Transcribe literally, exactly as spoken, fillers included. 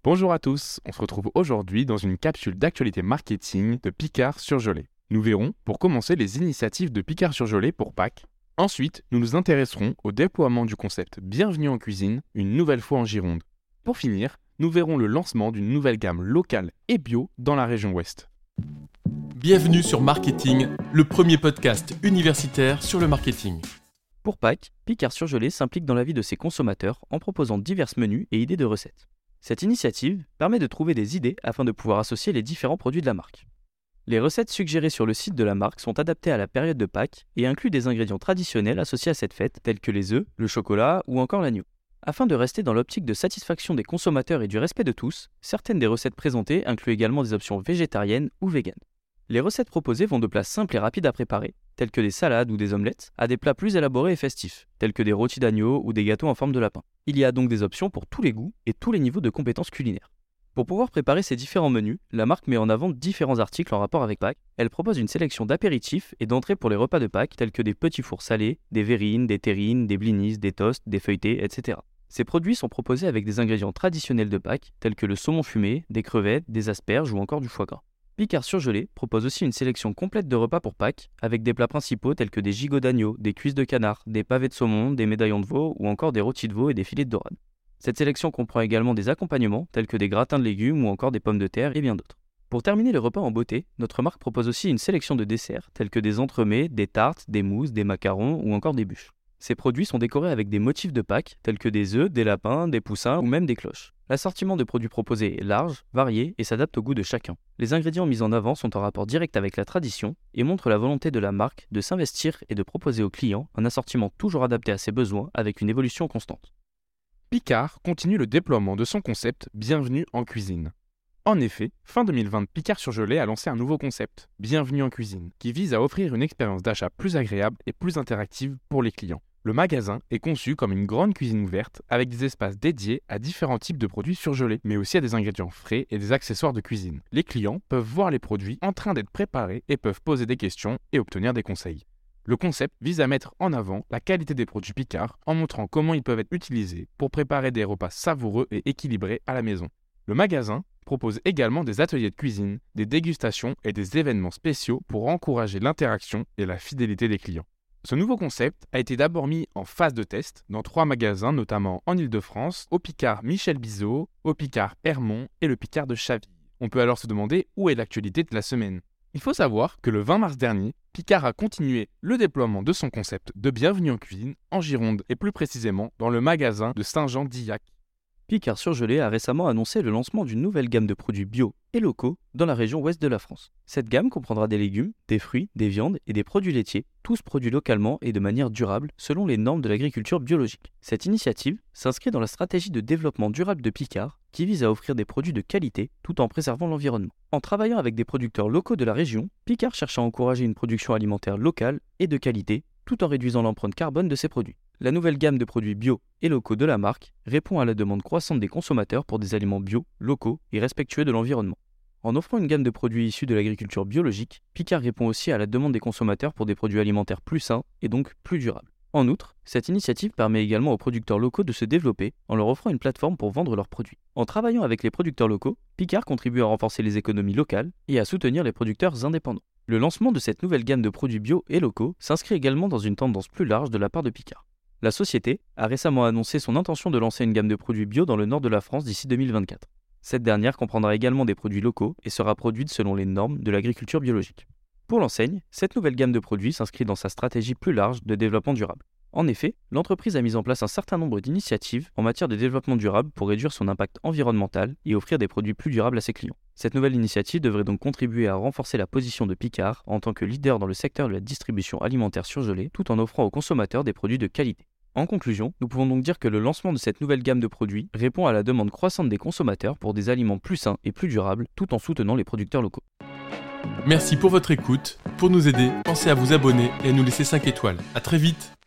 Bonjour à tous, on se retrouve aujourd'hui dans une capsule d'actualité marketing de Picard Surgelé. Nous verrons, pour commencer, les initiatives de Picard Surgelé pour Pâques. Ensuite, nous nous intéresserons au déploiement du concept Bienvenue en cuisine, une nouvelle fois en Gironde. Pour finir, nous verrons le lancement d'une nouvelle gamme locale et bio dans la région Ouest. Bienvenue sur Marketing, le premier podcast universitaire sur le marketing. Pour Pâques, Picard Surgelé s'implique dans la vie de ses consommateurs en proposant divers menus et idées de recettes. Cette initiative permet de trouver des idées afin de pouvoir associer les différents produits de la marque. Les recettes suggérées sur le site de la marque sont adaptées à la période de Pâques et incluent des ingrédients traditionnels associés à cette fête tels que les œufs, le chocolat ou encore l'agneau. Afin de rester dans l'optique de satisfaction des consommateurs et du respect de tous, certaines des recettes présentées incluent également des options végétariennes ou véganes. Les recettes proposées vont de plats simples et rapides à préparer, tels que des salades ou des omelettes, à des plats plus élaborés et festifs, tels que des rôtis d'agneau ou des gâteaux en forme de lapin. Il y a donc des options pour tous les goûts et tous les niveaux de compétences culinaires. Pour pouvoir préparer ces différents menus, la marque met en avant différents articles en rapport avec Pâques. Elle propose une sélection d'apéritifs et d'entrées pour les repas de Pâques, tels que des petits fours salés, des verrines, des terrines, des blinis, des toasts, des feuilletés, et cetera. Ces produits sont proposés avec des ingrédients traditionnels de Pâques, tels que le saumon fumé, des crevettes, des asperges ou encore du foie gras. Picard Surgelé propose aussi une sélection complète de repas pour Pâques, avec des plats principaux tels que des gigots d'agneau, des cuisses de canard, des pavés de saumon, des médaillons de veau ou encore des rôtis de veau et des filets de dorade. Cette sélection comprend également des accompagnements tels que des gratins de légumes ou encore des pommes de terre et bien d'autres. Pour terminer le repas en beauté, notre marque propose aussi une sélection de desserts tels que des entremets, des tartes, des mousses, des macarons ou encore des bûches. Ces produits sont décorés avec des motifs de Pâques tels que des œufs, des lapins, des poussins ou même des cloches. L'assortiment de produits proposés est large, varié et s'adapte au goût de chacun. Les ingrédients mis en avant sont en rapport direct avec la tradition et montrent la volonté de la marque de s'investir et de proposer aux clients un assortiment toujours adapté à ses besoins avec une évolution constante. Picard continue le déploiement de son concept Bienvenue en cuisine. En effet, fin deux mille vingt, Picard Surgelé a lancé un nouveau concept, Bienvenue en cuisine, qui vise à offrir une expérience d'achat plus agréable et plus interactive pour les clients. Le magasin est conçu comme une grande cuisine ouverte avec des espaces dédiés à différents types de produits surgelés, mais aussi à des ingrédients frais et des accessoires de cuisine. Les clients peuvent voir les produits en train d'être préparés et peuvent poser des questions et obtenir des conseils. Le concept vise à mettre en avant la qualité des produits Picard en montrant comment ils peuvent être utilisés pour préparer des repas savoureux et équilibrés à la maison. Le magasin propose également des ateliers de cuisine, des dégustations et des événements spéciaux pour encourager l'interaction et la fidélité des clients. Ce nouveau concept a été d'abord mis en phase de test dans trois magasins, notamment en Ile-de-France, au Picard Michel Bizot, au Picard Hermont et le Picard de Chaville. On peut alors se demander où est l'actualité de la semaine. Il faut savoir que le vingt mars dernier, Picard a continué le déploiement de son concept de Bienvenue en cuisine en Gironde et plus précisément dans le magasin de Saint-Jean-d'Illac. Picard Surgelé a récemment annoncé le lancement d'une nouvelle gamme de produits bio et locaux dans la région ouest de la France. Cette gamme comprendra des légumes, des fruits, des viandes et des produits laitiers, tous produits localement et de manière durable selon les normes de l'agriculture biologique. Cette initiative s'inscrit dans la stratégie de développement durable de Picard qui vise à offrir des produits de qualité tout en préservant l'environnement. En travaillant avec des producteurs locaux de la région, Picard cherche à encourager une production alimentaire locale et de qualité tout en réduisant l'empreinte carbone de ses produits. La nouvelle gamme de produits bio et locaux de la marque répond à la demande croissante des consommateurs pour des aliments bio, locaux et respectueux de l'environnement. En offrant une gamme de produits issus de l'agriculture biologique, Picard répond aussi à la demande des consommateurs pour des produits alimentaires plus sains et donc plus durables. En outre, cette initiative permet également aux producteurs locaux de se développer en leur offrant une plateforme pour vendre leurs produits. En travaillant avec les producteurs locaux, Picard contribue à renforcer les économies locales et à soutenir les producteurs indépendants. Le lancement de cette nouvelle gamme de produits bio et locaux s'inscrit également dans une tendance plus large de la part de Picard. La société a récemment annoncé son intention de lancer une gamme de produits bio dans le nord de la France d'ici deux mille vingt-quatre. Cette dernière comprendra également des produits locaux et sera produite selon les normes de l'agriculture biologique. Pour l'enseigne, cette nouvelle gamme de produits s'inscrit dans sa stratégie plus large de développement durable. En effet, l'entreprise a mis en place un certain nombre d'initiatives en matière de développement durable pour réduire son impact environnemental et offrir des produits plus durables à ses clients. Cette nouvelle initiative devrait donc contribuer à renforcer la position de Picard en tant que leader dans le secteur de la distribution alimentaire surgelée tout en offrant aux consommateurs des produits de qualité. En conclusion, nous pouvons donc dire que le lancement de cette nouvelle gamme de produits répond à la demande croissante des consommateurs pour des aliments plus sains et plus durables tout en soutenant les producteurs locaux. Merci pour votre écoute. Pour nous aider, pensez à vous abonner et à nous laisser cinq étoiles. À très vite.